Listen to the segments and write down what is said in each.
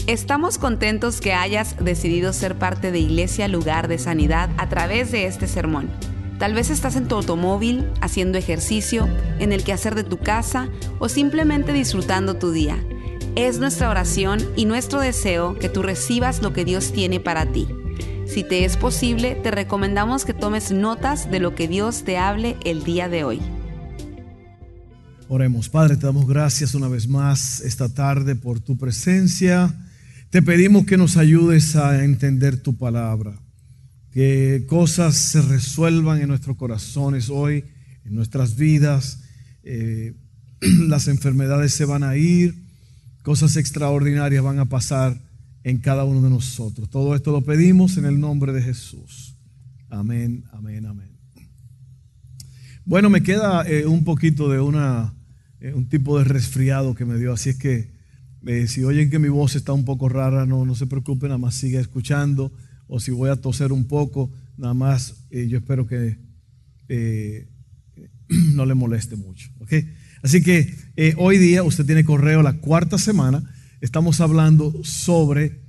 Estamos contentos que hayas decidido ser parte de Iglesia Lugar de Sanidad a través de este sermón. Tal vez estás en tu automóvil, haciendo ejercicio, en el quehacer de tu casa o simplemente disfrutando tu día. Es nuestra oración y nuestro deseo que tú recibas lo que Dios tiene para ti. Si te es posible, te recomendamos que tomes notas de lo que Dios te hable el día de hoy. Oremos. Padre, te damos gracias una vez más esta tarde por tu presencia. Te pedimos que nos ayudes a entender tu palabra, que cosas se resuelvan en nuestros corazones hoy, en nuestras vidas. Las enfermedades se van a ir, cosas extraordinarias van a pasar en cada uno de nosotros. Todo esto lo pedimos en el nombre de Jesús. Amén, amén, amén. Bueno, me queda un poquito de un tipo de resfriado que me dio, así es que si oyen que mi voz está un poco rara, no se preocupen, nada más siga escuchando, o si voy a toser un poco, nada más yo espero que no le moleste mucho, ¿ok? Así que hoy día usted tiene correo, la cuarta semana, estamos hablando sobre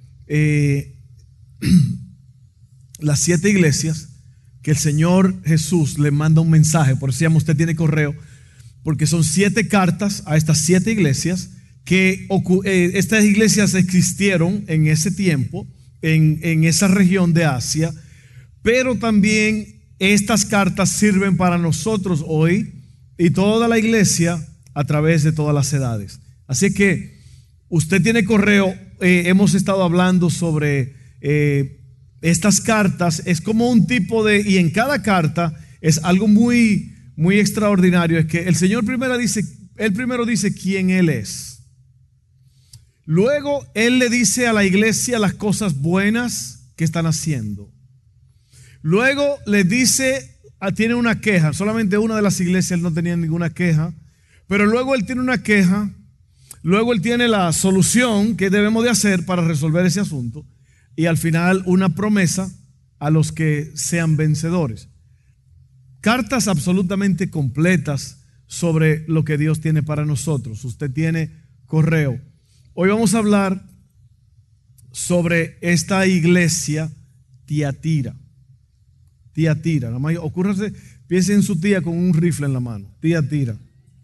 las 7 iglesias que el Señor Jesús le manda un mensaje. Por eso se llama usted tiene correo, porque son 7 cartas a estas 7 iglesias que estas iglesias existieron en ese tiempo, en esa región de Asia, pero también estas cartas sirven para nosotros hoy y toda la iglesia a través de todas las edades. Así que usted tiene correo. Hemos estado hablando sobre estas cartas. Es como un tipo y en cada carta es algo muy, muy extraordinario. Es que el Señor primero dice quién Él es. Luego Él le dice a la iglesia las cosas buenas que están haciendo. Luego le dice, tiene una queja. Solamente una de las iglesias no tenía ninguna queja, pero luego Él tiene una queja. Luego Él tiene la solución que debemos de hacer para resolver ese asunto. Y al final una promesa a los que sean vencedores. Cartas absolutamente completas sobre lo que Dios tiene para nosotros. Usted tiene correo. Hoy vamos a hablar sobre esta iglesia Tiatira. Tiatira. Nada más piense en su tía con un rifle en la mano. Tiatira.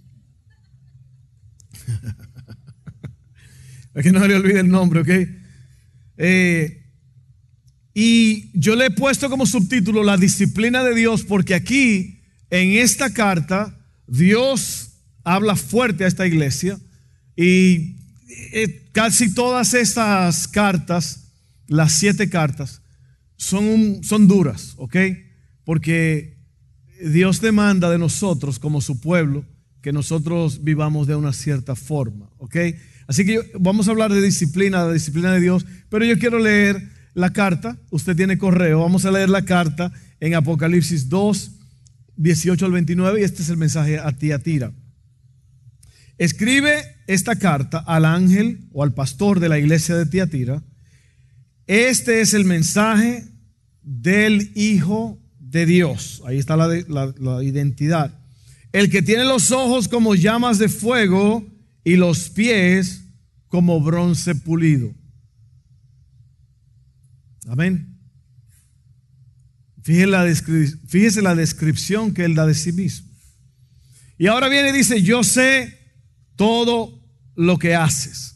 Es que no le olvide el nombre, ¿ok? Y yo le he puesto como subtítulo la disciplina de Dios, porque aquí, en esta carta, Dios habla fuerte a esta iglesia. Y casi todas estas cartas, las 7 cartas, son duras, ¿ok? Porque Dios demanda de nosotros como su pueblo que nosotros vivamos de una cierta forma, ¿ok? Así que vamos a hablar de disciplina, la disciplina de Dios, pero yo quiero leer la carta. Usted tiene correo, vamos a leer la carta en Apocalipsis 2, 18 al 29, y este es el mensaje a Tiatira. Escribe esta carta al ángel o al pastor de la iglesia de Tiatira. Este es el mensaje del Hijo de Dios. Ahí está la identidad. El que tiene los ojos como llamas de fuego y los pies como bronce pulido. Amén. Fíjese la descripción que él da de sí mismo. Y ahora viene y dice, yo sé todo lo que haces.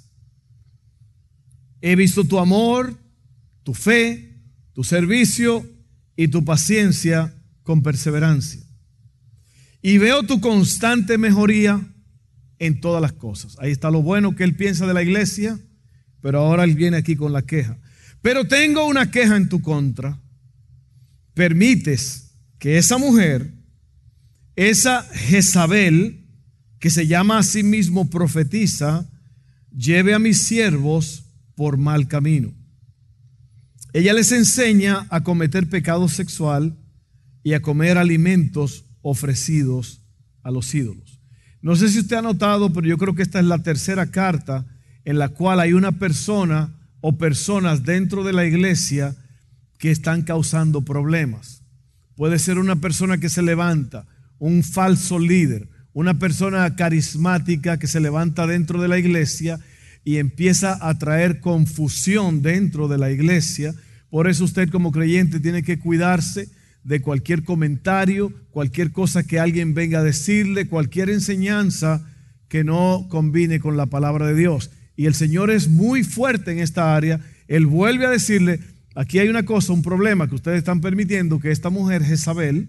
He visto tu amor, tu fe, tu servicio y tu paciencia con perseverancia. Y veo tu constante mejoría en todas las cosas. Ahí está lo bueno que él piensa de la iglesia, pero ahora él viene aquí con la queja. Pero tengo una queja en tu contra. Permites que esa mujer, esa Jezabel, que se llama a sí mismo profetisa, lleve a mis siervos por mal camino. Ella les enseña a cometer pecado sexual y a comer alimentos ofrecidos a los ídolos. No sé si usted ha notado, pero yo creo que esta es la tercera carta en la cual hay una persona o personas dentro de la iglesia que están causando problemas. Puede ser una persona que se levanta, un falso líder, una persona carismática que se levanta dentro de la iglesia y empieza a traer confusión dentro de la iglesia. Por eso usted como creyente tiene que cuidarse de cualquier comentario, cualquier cosa que alguien venga a decirle, cualquier enseñanza que no combine con la palabra de Dios. Y el Señor es muy fuerte en esta área. Él vuelve a decirle, aquí hay una cosa, un problema que ustedes están permitiendo que esta mujer Jezabel,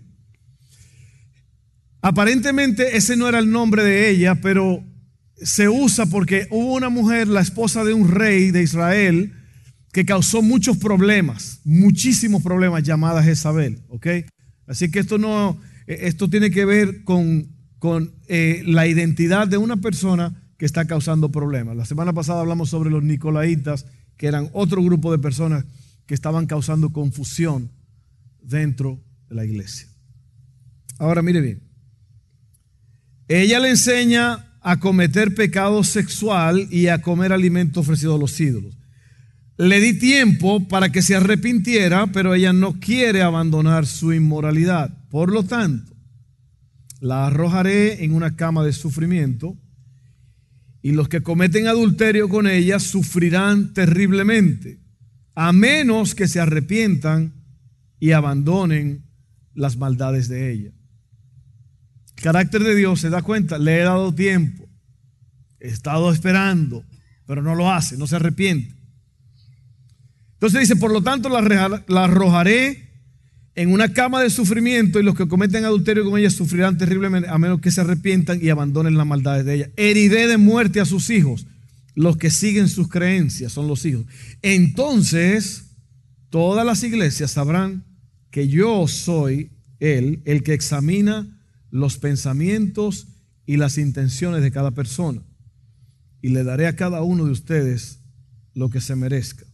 aparentemente ese no era el nombre de ella, pero se usa porque hubo una mujer, la esposa de un rey de Israel, que causó muchos problemas, muchísimos problemas, llamada Jezabel, ¿ok? Así que esto tiene que ver con la identidad de una persona que está causando problemas. La semana pasada hablamos sobre los nicolaitas, que eran otro grupo de personas que estaban causando confusión dentro de la iglesia. Ahora mire bien, ella le enseña a cometer pecado sexual y a comer alimento ofrecido a los ídolos. Le di tiempo para que se arrepintiera, pero ella no quiere abandonar su inmoralidad. Por lo tanto, la arrojaré en una cama de sufrimiento, y los que cometen adulterio con ella sufrirán terriblemente, a menos que se arrepientan y abandonen las maldades de ella. El carácter de Dios, se da cuenta, le he dado tiempo, he estado esperando, pero no lo hace, no se arrepiente. Entonces dice, por lo tanto la arrojaré en una cama de sufrimiento, y los que cometen adulterio con ella sufrirán terriblemente, a menos que se arrepientan y abandonen las maldades de ella. Heriré de muerte a sus hijos, los que siguen sus creencias son los hijos. Entonces todas las iglesias sabrán que yo soy Él, el que examina los pensamientos y las intenciones de cada persona, y le daré a cada uno de ustedes lo que se merezca.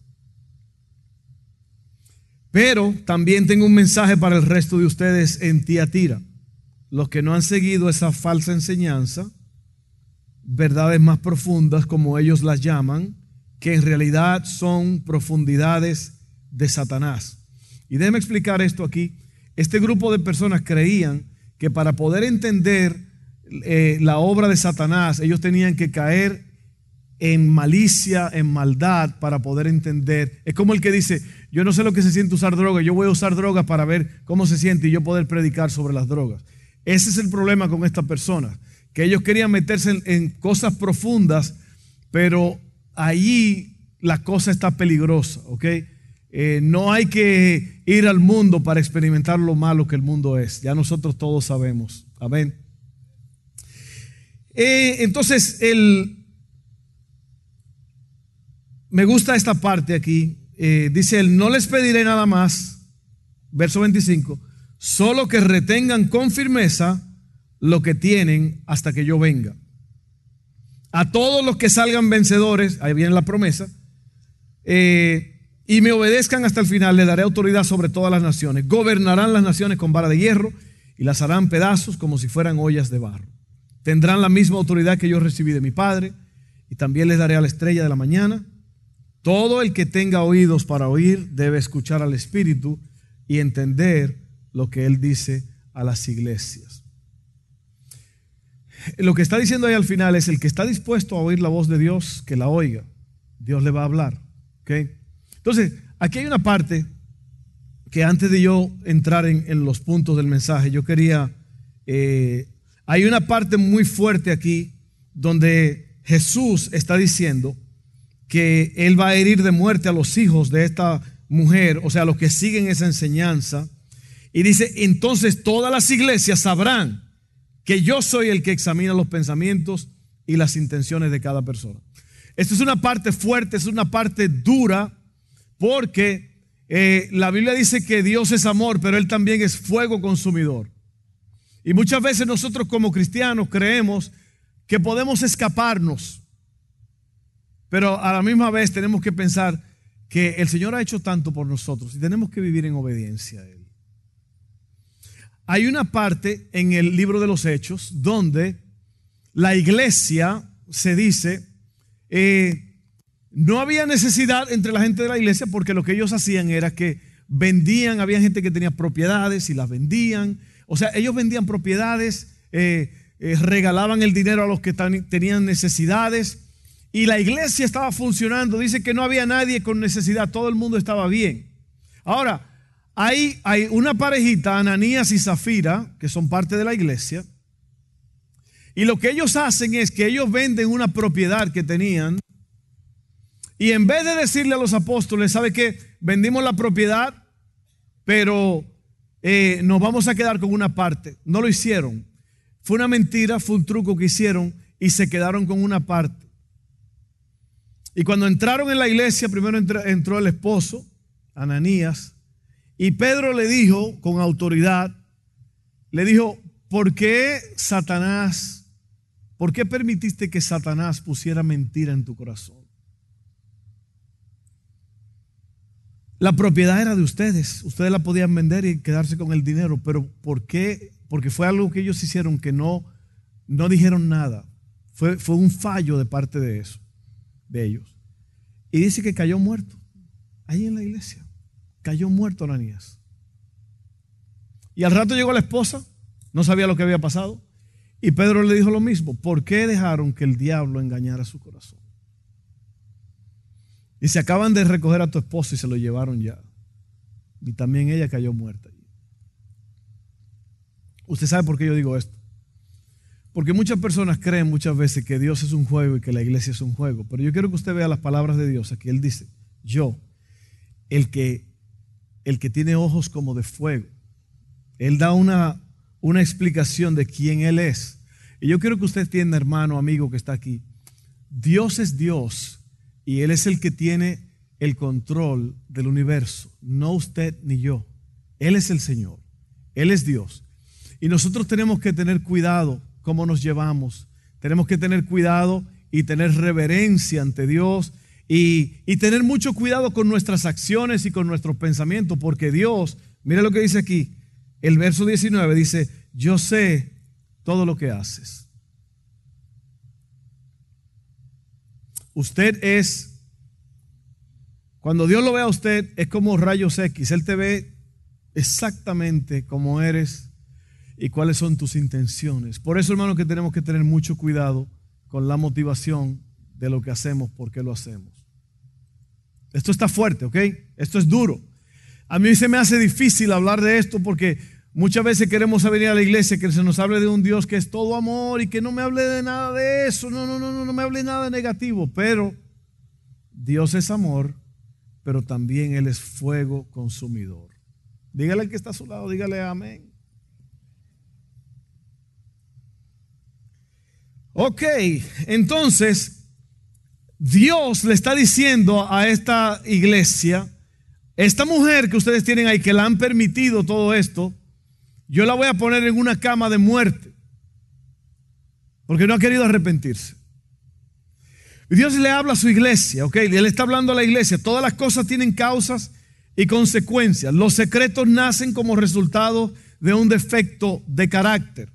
Pero también tengo un mensaje para el resto de ustedes en Tiatira, los que no han seguido esa falsa enseñanza, verdades más profundas como ellos las llaman, que en realidad son profundidades de Satanás. Y déjeme explicar esto aquí. Este grupo de personas creían que para poder entender la obra de Satanás, ellos tenían que caer en malicia, en maldad, para poder entender. Es como el que dice, yo no sé lo que se siente usar droga, yo voy a usar drogas para ver cómo se siente y yo poder predicar sobre las drogas. Ese es el problema con estas personas, que ellos querían meterse en cosas profundas, pero allí la cosa está peligrosa, ¿ok? No hay que ir al mundo para experimentar lo malo que el mundo es. Ya nosotros todos sabemos. Amén. Entonces, me gusta esta parte aquí. Dice él, no les pediré nada más, verso 25, solo que retengan con firmeza lo que tienen hasta que yo venga. A todos los que salgan vencedores, ahí viene la promesa, y me obedezcan hasta el final, le daré autoridad sobre todas las naciones. Gobernarán las naciones con vara de hierro y las harán pedazos como si fueran ollas de barro. Tendrán la misma autoridad que yo recibí de mi Padre, y también les daré a la estrella de la mañana. Todo el que tenga oídos para oír debe escuchar al Espíritu y entender lo que Él dice a las iglesias. Lo que está diciendo ahí al final es, el que está dispuesto a oír la voz de Dios, que la oiga. Dios le va a hablar. ¿Okay? Entonces, aquí hay una parte que antes de yo entrar en los puntos del mensaje, yo quería, hay una parte muy fuerte aquí donde Jesús está diciendo que Él va a herir de muerte a los hijos de esta mujer, o sea, los que siguen esa enseñanza. Y dice, entonces todas las iglesias sabrán que yo soy el que examina los pensamientos y las intenciones de cada persona. Esta es una parte fuerte, es una parte dura, porque la Biblia dice que Dios es amor, pero Él también es fuego consumidor. Y muchas veces nosotros como cristianos creemos que podemos escaparnos, pero a la misma vez tenemos que pensar que el Señor ha hecho tanto por nosotros y tenemos que vivir en obediencia a Él. Hay una parte en el libro de los Hechos donde la iglesia se dice, no había necesidad entre la gente de la iglesia, porque lo que ellos hacían era que vendían, había gente que tenía propiedades y las vendían. O sea, ellos vendían propiedades, regalaban el dinero a los que tenían necesidades. y la iglesia estaba funcionando. Dice que no había nadie con necesidad, todo el mundo estaba bien. Ahora, hay una parejita, Ananías y Zafira, que son parte de la iglesia. Y lo que ellos hacen es que ellos venden una propiedad que tenían. Y en vez de decirle a los apóstoles, ¿sabe qué? Vendimos la propiedad, pero nos vamos a quedar con una parte. No lo hicieron. Fue una mentira, fue un truco que hicieron y se quedaron con una parte. Y cuando entraron en la iglesia, primero entró el esposo, Ananías, y Pedro le dijo con autoridad, le dijo, ¿por qué permitiste que Satanás pusiera mentira en tu corazón? La propiedad era de ustedes la podían vender y quedarse con el dinero, pero ¿por qué? Porque fue algo que ellos hicieron que no dijeron nada. Fue un fallo de parte de ellos. Y dice que cayó muerto, ahí en la iglesia. Cayó muerto Ananías. Y al rato llegó la esposa, no sabía lo que había pasado. Y Pedro le dijo lo mismo. ¿Por qué dejaron que el diablo engañara su corazón? Y se acaban de recoger a tu esposo y se lo llevaron ya. Y también ella cayó muerta. Usted sabe por qué yo digo esto. Porque muchas personas creen muchas veces que Dios es un juego y que la iglesia es un juego. Pero yo quiero que usted vea las palabras de Dios. Aquí Él dice, yo, el que tiene ojos como de fuego. Él da una explicación de quién Él es. Y yo quiero que usted entienda, hermano, amigo que está aquí. Dios es Dios y Él es el que tiene el control del universo. No usted ni yo. Él es el Señor. Él es Dios. Y nosotros tenemos que tener cuidado cómo nos llevamos. Tenemos que tener cuidado y tener reverencia ante Dios y tener mucho cuidado con nuestras acciones y con nuestros pensamientos, porque Dios, mire lo que dice aquí, el verso 19 dice, yo sé todo lo que haces. Usted es, cuando Dios lo ve a usted, es como rayos X. Él te ve exactamente como eres y cuáles son tus intenciones. Por eso, hermano, que tenemos que tener mucho cuidado con la motivación de lo que hacemos, por qué lo hacemos. Esto está fuerte, ¿ok? Esto es duro. A mí se me hace difícil hablar de esto porque muchas veces queremos venir a la iglesia que se nos hable de un Dios que es todo amor y que no me hable de nada de eso. No me hable nada negativo. Pero Dios es amor, pero también Él es fuego consumidor. Dígale al que está a su lado, dígale amén. Ok, entonces Dios le está diciendo a esta iglesia, esta mujer que ustedes tienen ahí, que la han permitido todo esto, yo la voy a poner en una cama de muerte, porque no ha querido arrepentirse. Y Dios le habla a su iglesia, ok, Él está hablando a la iglesia. Todas las cosas tienen causas y consecuencias. Los secretos nacen como resultado de un defecto de carácter.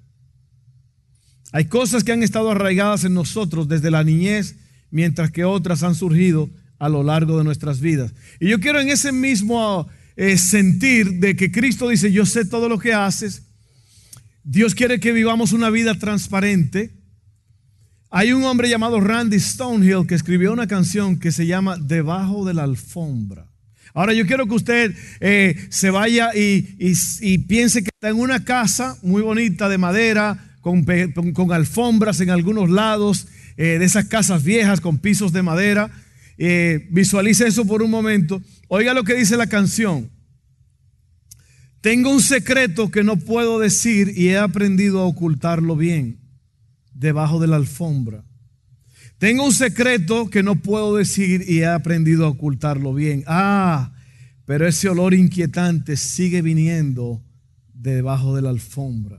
Hay cosas que han estado arraigadas en nosotros desde la niñez, mientras que otras han surgido a lo largo de nuestras vidas. Y yo quiero en ese mismo sentir de que Cristo dice, yo sé todo lo que haces. Dios quiere que vivamos una vida transparente. Hay un hombre llamado Randy Stonehill que escribió una canción que se llama Debajo de la Alfombra. Ahora yo quiero que usted se vaya y piense que está en una casa muy bonita de madera, con alfombras en algunos lados, de esas casas viejas con pisos de madera. Visualice eso por un momento. Oiga lo que dice la canción. Tengo un secreto que no puedo decir y he aprendido a ocultarlo bien debajo de la alfombra. Tengo un secreto que no puedo decir y he aprendido a ocultarlo bien. Pero ese olor inquietante sigue viniendo debajo de la alfombra.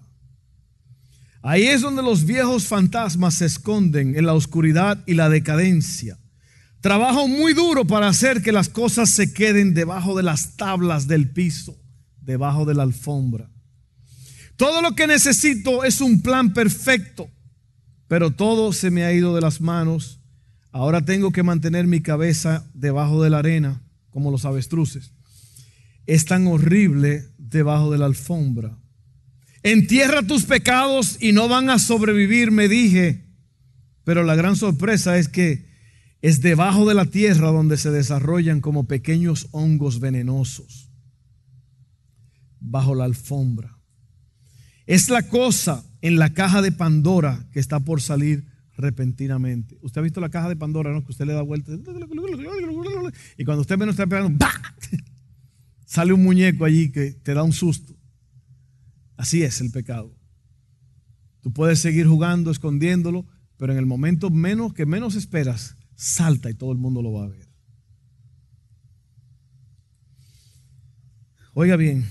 Ahí es donde los viejos fantasmas se esconden, en la oscuridad y la decadencia. Trabajo muy duro para hacer que las cosas se queden debajo de las tablas del piso, debajo de la alfombra. Todo lo que necesito es un plan perfecto, pero todo se me ha ido de las manos. Ahora tengo que mantener mi cabeza debajo de la arena, como los avestruces. Es tan horrible debajo de la alfombra. Entierra tus pecados y no van a sobrevivir, me dije. Pero la gran sorpresa es que Es debajo de la tierra donde se desarrollan como pequeños hongos venenosos, bajo la alfombra. Es la cosa en la caja de Pandora que está por salir repentinamente. Usted ha visto la caja de Pandora, ¿no? Que usted le da vuelta y cuando usted menos está esperando, ¡bah!, sale un muñeco allí que te da un susto. Así es el pecado. Tú puedes seguir jugando, escondiéndolo, pero en el momento que menos esperas, salta y todo el mundo lo va a ver. Oiga bien,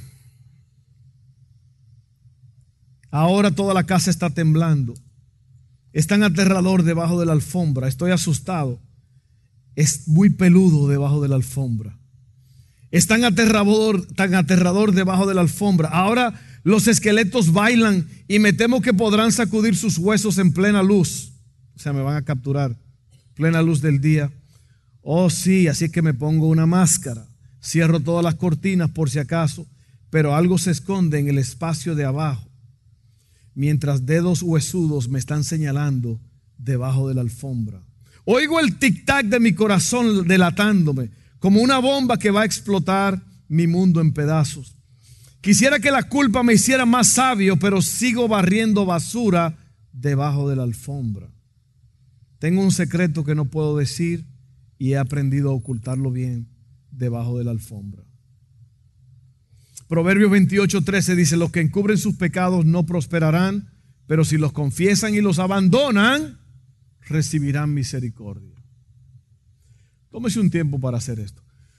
ahora toda la casa está temblando. Es tan aterrador debajo de la alfombra. Estoy asustado. Es muy peludo debajo de la alfombra. Es tan aterrador debajo de la alfombra. Ahora los esqueletos bailan y me temo que podrán sacudir sus huesos en plena luz. O sea, me van a capturar. Plena luz del día. Oh, sí, así que me pongo una máscara. Cierro todas las cortinas por si acaso, pero algo se esconde en el espacio de abajo, mientras dedos huesudos me están señalando debajo de la alfombra. Oigo el tic-tac de mi corazón delatándome, como una bomba que va a explotar mi mundo en pedazos. Quisiera que la culpa me hiciera más sabio, pero sigo barriendo basura debajo de la alfombra. Tengo un secreto que no puedo decir y he aprendido a ocultarlo bien debajo de la alfombra. Proverbios 28:13 dice: los que encubren sus pecados no prosperarán, pero si los confiesan y los abandonan, recibirán misericordia. Tómese un tiempo para hacer esto.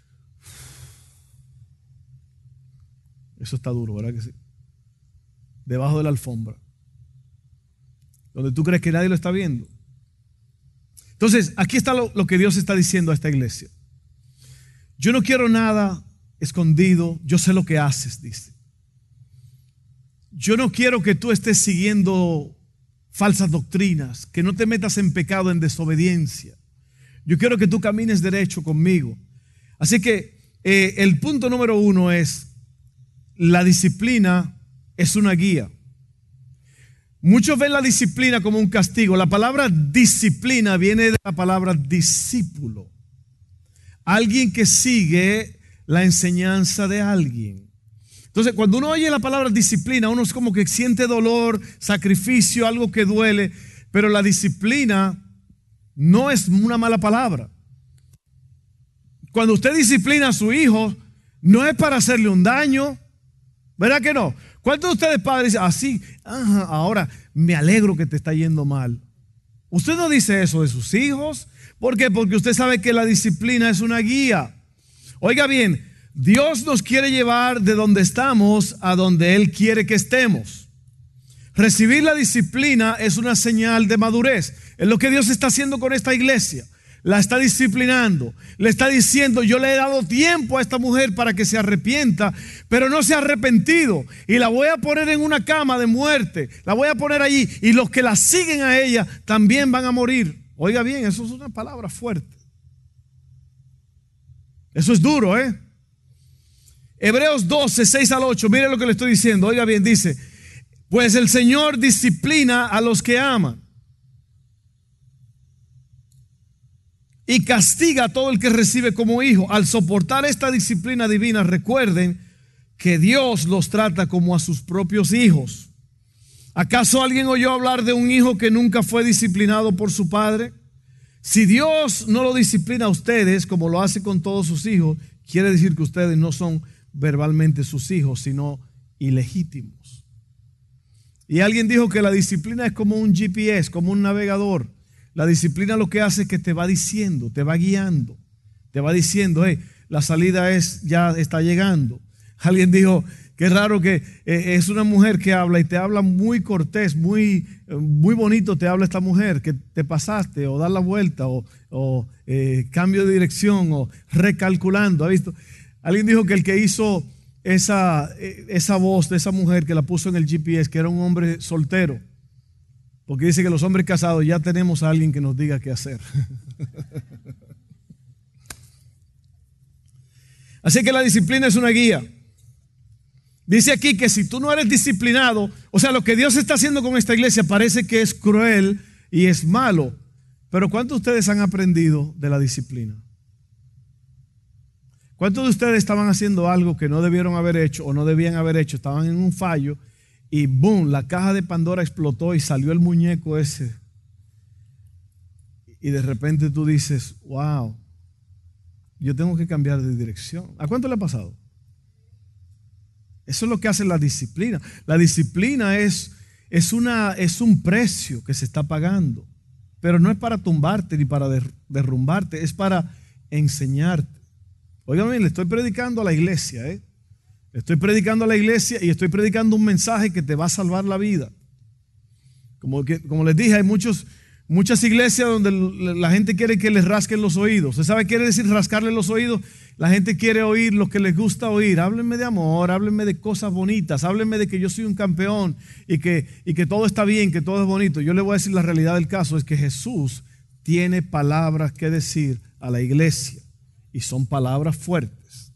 Eso está duro, ¿verdad que sí? Debajo de la alfombra, donde tú crees que nadie lo está viendo. Entonces, aquí está lo que Dios está diciendo a esta iglesia. Yo no quiero nada escondido, yo sé lo que haces, dice. Yo no quiero que tú estés siguiendo falsas doctrinas, que no te metas en pecado, en desobediencia. Yo quiero que tú camines derecho conmigo. Así que el punto número 1 es: la disciplina es una guía. Muchos ven la disciplina como un castigo. La palabra disciplina viene de la palabra discípulo. Alguien que sigue la enseñanza de alguien. Entonces, cuando uno oye la palabra disciplina, uno es como que siente dolor, sacrificio, algo que duele. Pero la disciplina no es una mala palabra. Cuando usted disciplina a su hijo, no es para hacerle un daño. ¿Verdad que no? ¿Cuántos de ustedes padres dicen así? Ahora me alegro que te está yendo mal? Usted no dice eso de sus hijos. ¿Por qué? Porque usted sabe que la disciplina es una guía. Oiga bien, Dios nos quiere llevar de donde estamos a donde Él quiere que estemos. Recibir la disciplina es una señal de madurez. Es lo que Dios está haciendo con esta iglesia. La está disciplinando, le está diciendo: yo le he dado tiempo a esta mujer para que se arrepienta, pero no se ha arrepentido, y la voy a poner en una cama de muerte, la voy a poner allí, y los que la siguen a ella también van a morir. Oiga bien, eso es una palabra fuerte. Eso es duro, ¿eh? Hebreos 12, 6 al 8, mire lo que le estoy diciendo. Oiga bien, dice: pues el Señor disciplina a los que aman y castiga a todo el que recibe como hijo. Al soportar esta disciplina divina, recuerden que Dios los trata como a sus propios hijos. ¿Acaso alguien oyó hablar de un hijo que nunca fue disciplinado por su padre? Si Dios no lo disciplina a ustedes como lo hace con todos sus hijos, quiere decir que ustedes no son verbalmente sus hijos, sino ilegítimos. Y alguien dijo que la disciplina es como un GPS, como un navegador. La disciplina lo que hace es que te va diciendo, te va guiando, te va diciendo: la salida ya está llegando. Alguien dijo: qué raro que es una mujer que habla y te habla muy cortés, muy bonito te habla esta mujer, que te pasaste, o dar la vuelta, o cambio de dirección, o recalculando. ¿Ha visto? Alguien dijo que el que hizo esa voz de esa mujer, que la puso en el GPS, que era un hombre soltero. Porque dice que los hombres casados ya tenemos a alguien que nos diga qué hacer. Así que la disciplina es una guía. Dice aquí que si tú no eres disciplinado, o sea, lo que Dios está haciendo con esta iglesia parece que es cruel y es malo. Pero ¿cuántos de ustedes han aprendido de la disciplina? ¿Cuántos de ustedes estaban haciendo algo que no debieron haber hecho o no debían haber hecho? Estaban en un fallo y boom, la caja de Pandora explotó y salió el muñeco ese. Y de repente tú dices, wow, yo tengo que cambiar de dirección. ¿A cuánto le ha pasado? Eso es lo que hace la disciplina. La disciplina es un precio que se está pagando. Pero no es para tumbarte ni para derrumbarte, es para enseñarte. Óigame, le estoy predicando a la iglesia, Le estoy predicando a la iglesia y estoy predicando un mensaje que te va a salvar la vida. Como les dije, hay muchas iglesias donde la gente quiere que les rasquen los oídos. ¿Usted sabe qué quiere decir rascarle los oídos? La gente quiere oír lo que les gusta oír. Háblenme de amor, háblenme de cosas bonitas, háblenme de que yo soy un campeón y que todo está bien, que todo es bonito. Yo le voy a decir la realidad del caso, es que Jesús tiene palabras que decir a la iglesia y son palabras fuertes.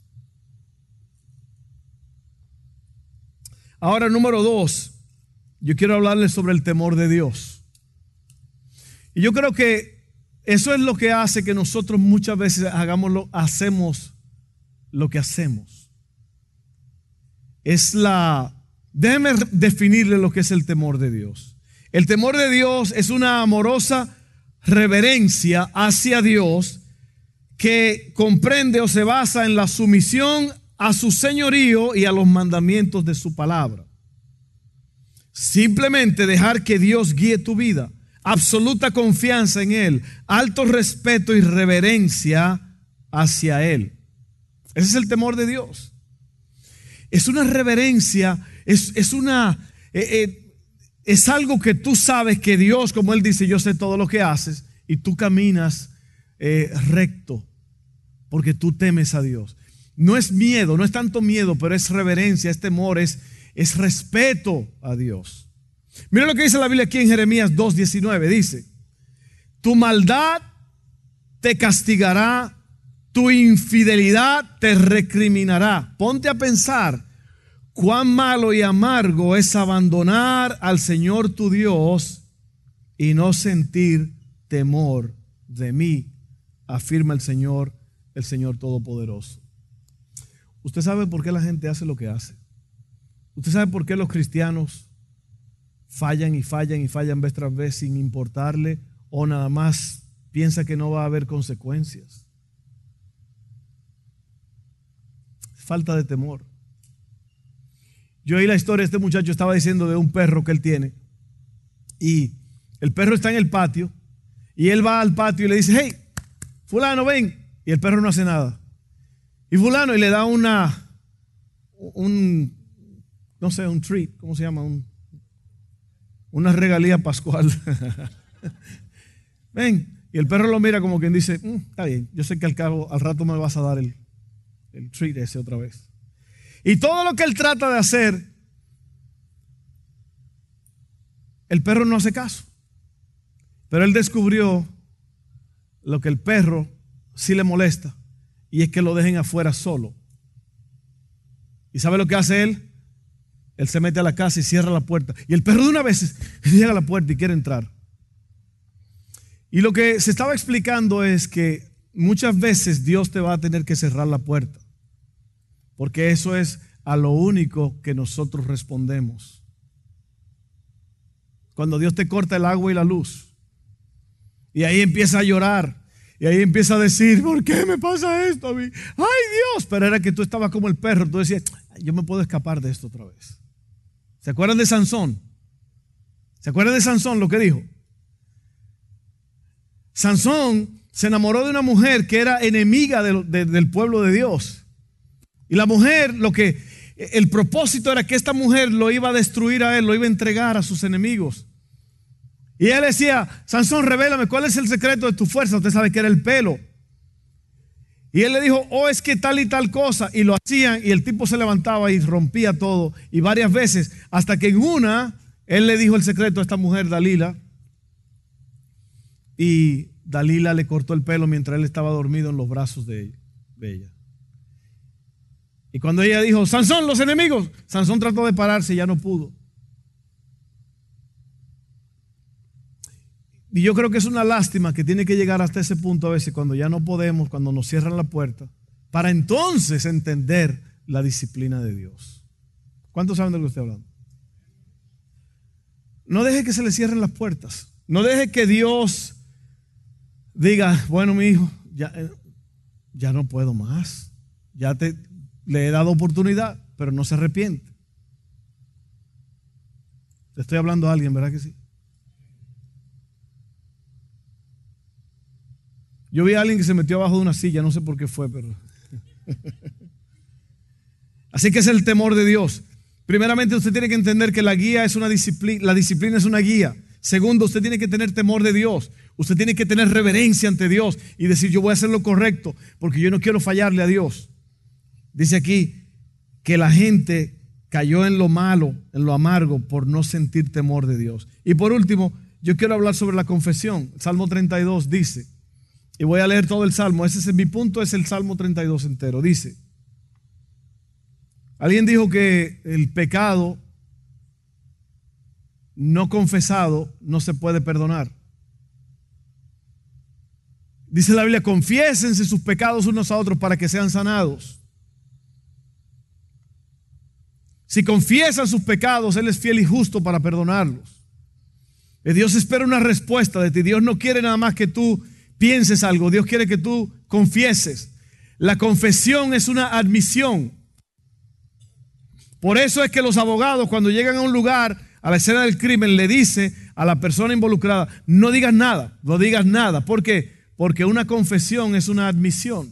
Ahora, número 2, yo quiero hablarles sobre el temor de Dios. Y yo creo que eso es lo que hace que nosotros muchas veces hacemos lo que hacemos. Déjeme definirle lo que es el temor de Dios. El temor de Dios es una amorosa reverencia hacia Dios que comprende o se basa en la sumisión a su señorío y a los mandamientos de su palabra. Simplemente dejar que Dios guíe tu vida. Absoluta confianza en Él, alto respeto y reverencia hacia Él. Ese es el temor de Dios. Es una reverencia, es algo que tú sabes que Dios, como Él dice, yo sé todo lo que haces, y tú caminas recto, porque tú temes a Dios. No es miedo, no es tanto miedo, pero es reverencia, es temor, es respeto a Dios. Mira lo que dice la Biblia aquí en Jeremías 2:19. Dice: tu maldad te castigará, tu infidelidad te recriminará. Ponte a pensar cuán malo y amargo es abandonar al Señor tu Dios y no sentir temor de mí, afirma el Señor Todopoderoso. ¿Usted sabe por qué la gente hace lo que hace? ¿Usted sabe por qué los cristianos fallan y fallan y fallan vez tras vez sin importarle, o nada más piensa que no va a haber consecuencias? Falta de temor. Yo oí la historia, este muchacho estaba diciendo de un perro que él tiene, y el perro está en el patio y él va al patio y le dice: hey, fulano, ven, y el perro no hace nada. Y fulano, y le da un treat, ¿cómo se llama? Una regalía pascual. Ven, y el perro lo mira como quien dice: está bien, yo sé que al rato me vas a dar el treat ese otra vez. Y todo lo que él trata de hacer, el perro no hace caso. Pero él descubrió lo que el perro sí le molesta, y es que lo dejen afuera solo. ¿Y sabe lo que hace él? Él se mete a la casa y cierra la puerta. Y el perro de una vez llega a la puerta y quiere entrar. Y lo que se estaba explicando es que muchas veces Dios te va a tener que cerrar la puerta, porque eso es a lo único que nosotros respondemos. Cuando Dios te corta el agua y la luz, y ahí empieza a llorar, y ahí empieza a decir: ¿por qué me pasa esto a mí? ¡Ay, Dios! Pero era que tú estabas como el perro, tú decías: yo me puedo escapar de esto otra vez. ¿Se acuerdan de Sansón? ¿Se acuerdan de Sansón lo que dijo? Sansón se enamoró de una mujer que era enemiga del pueblo de Dios. Y la mujer, el propósito era que esta mujer lo iba a destruir a él, lo iba a entregar a sus enemigos. Y él decía: Sansón, revélame, ¿cuál es el secreto de tu fuerza? Usted sabe que era el pelo. Y él le dijo: es que tal y tal cosa. Y lo hacían, y el tipo se levantaba y rompía todo. Y varias veces, hasta que en una, él le dijo el secreto a esta mujer, Dalila. Y Dalila le cortó el pelo mientras él estaba dormido en los brazos de ella. Y cuando ella dijo: Sansón, los enemigos, Sansón trató de pararse y ya no pudo. Y yo creo que es una lástima que tiene que llegar hasta ese punto a veces cuando ya no podemos, cuando nos cierran la puerta, para entonces entender la disciplina de Dios. ¿Cuántos saben de lo que estoy hablando? No deje que se le cierren las puertas. No deje que Dios diga, bueno, mi hijo, ya no puedo más. Le he dado oportunidad, pero no se arrepiente. Te estoy hablando a alguien, ¿verdad que sí? Yo vi a alguien que se metió abajo de una silla, no sé por qué fue, pero... Así que es el temor de Dios. Primeramente, usted tiene que entender que la guía es una disciplina, la disciplina es una guía. Segundo, usted tiene que tener temor de Dios. Usted tiene que tener reverencia ante Dios y decir, yo voy a hacer lo correcto porque yo no quiero fallarle a Dios. Dice aquí que la gente cayó en lo malo, en lo amargo, por no sentir temor de Dios. Y por último, yo quiero hablar sobre la confesión. Salmo 32 dice, y voy a leer todo el Salmo, mi punto es el Salmo 32 entero. Dice, alguien dijo que el pecado no confesado no se puede perdonar. Dice la Biblia, confiésense sus pecados unos a otros para que sean sanados. Si confiesan sus pecados, Él es fiel y justo para perdonarlos. Dios espera una respuesta de ti. Dios no quiere nada más que tú pienses algo. Dios quiere que tú confieses. La confesión es una admisión. Por eso es que los abogados, cuando llegan a un lugar, a la escena del crimen, le dice a la persona involucrada, no digas nada, no digas nada. ¿Por qué? Porque una confesión es una admisión.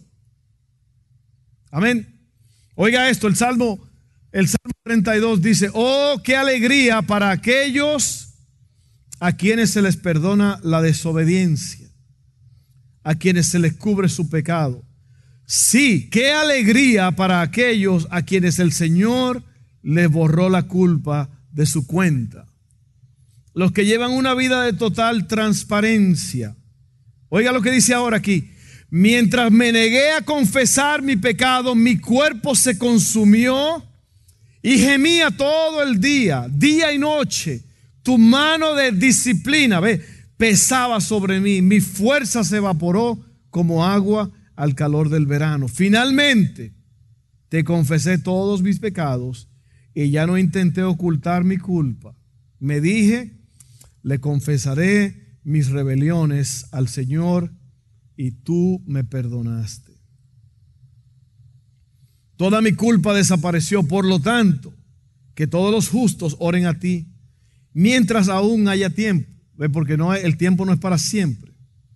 Amén. Oiga esto, el Salmo 32 dice, oh, qué alegría para aquellos a quienes se les perdona la desobediencia, a quienes se les cubre su pecado. Sí, qué alegría para aquellos a quienes el Señor les borró la culpa de su cuenta. Los que llevan una vida de total transparencia. Oiga lo que dice ahora aquí. Mientras me negué a confesar mi pecado, mi cuerpo se consumió y gemía todo el día, día y noche. Tu mano de disciplina, pesaba sobre mí. Mi fuerza se evaporó como agua al calor del verano. Finalmente te confesé todos mis pecados y ya no intenté ocultar mi culpa. Me dije, le confesaré mis rebeliones al Señor y tú me perdonaste. Toda mi culpa desapareció, por lo tanto, que todos los justos oren a ti mientras aún haya tiempo, porque el tiempo no es para siempre,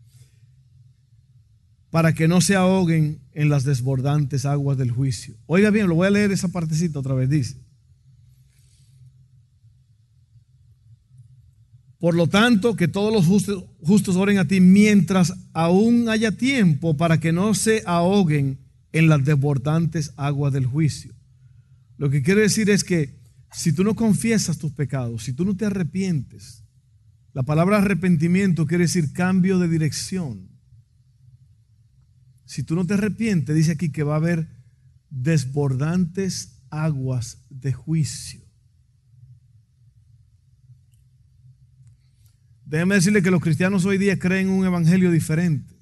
para que no se ahoguen en las desbordantes aguas del juicio. Oiga bien, lo voy a leer esa partecita otra vez, dice. Por lo tanto, que todos los justos oren a ti mientras aún haya tiempo, para que no se ahoguen en las desbordantes aguas del juicio. Lo que quiere decir es que si tú no confiesas tus pecados, si tú no te arrepientes, la palabra arrepentimiento quiere decir cambio de dirección. Si tú no te arrepientes, dice aquí que va a haber desbordantes aguas de juicio. Déjeme decirle que los cristianos hoy día creen un evangelio diferente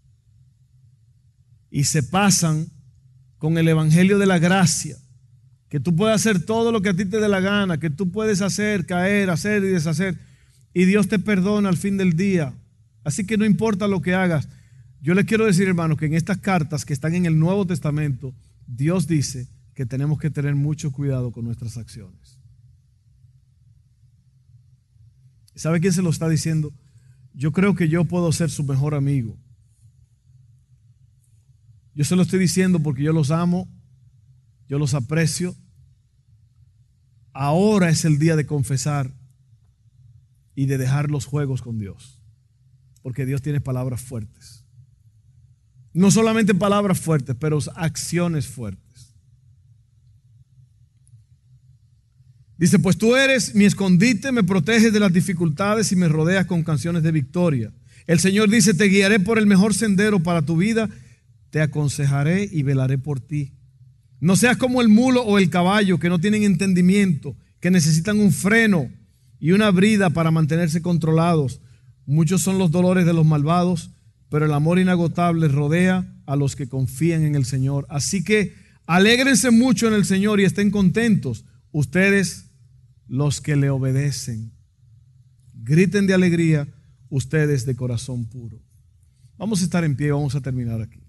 y se pasan con el evangelio de la gracia, que tú puedes hacer todo lo que a ti te dé la gana, que tú puedes hacer, caer, hacer y deshacer, y Dios te perdona al fin del día. Así que no importa lo que hagas. Yo les quiero decir, hermanos, que en estas cartas que están en el Nuevo Testamento, Dios dice que tenemos que tener mucho cuidado con nuestras acciones. ¿Sabe quién se lo está diciendo? Yo creo que yo puedo ser su mejor amigo. Yo se lo estoy diciendo porque yo los amo, yo los aprecio. Ahora es el día de confesar y de dejar los juegos con Dios, porque Dios tiene palabras fuertes. No solamente palabras fuertes, pero acciones fuertes. Dice, pues tú eres mi escondite, me proteges de las dificultades y me rodeas con canciones de victoria. El Señor dice, te guiaré por el mejor sendero para tu vida, te aconsejaré y velaré por ti. No seas como el mulo o el caballo que no tienen entendimiento, que necesitan un freno y una brida para mantenerse controlados. Muchos son los dolores de los malvados, pero el amor inagotable rodea a los que confían en el Señor. Así que alégrense mucho en el Señor y estén contentos, ustedes los que le obedecen. Griten de alegría, ustedes de corazón puro. Vamos a estar en pie, vamos a terminar aquí.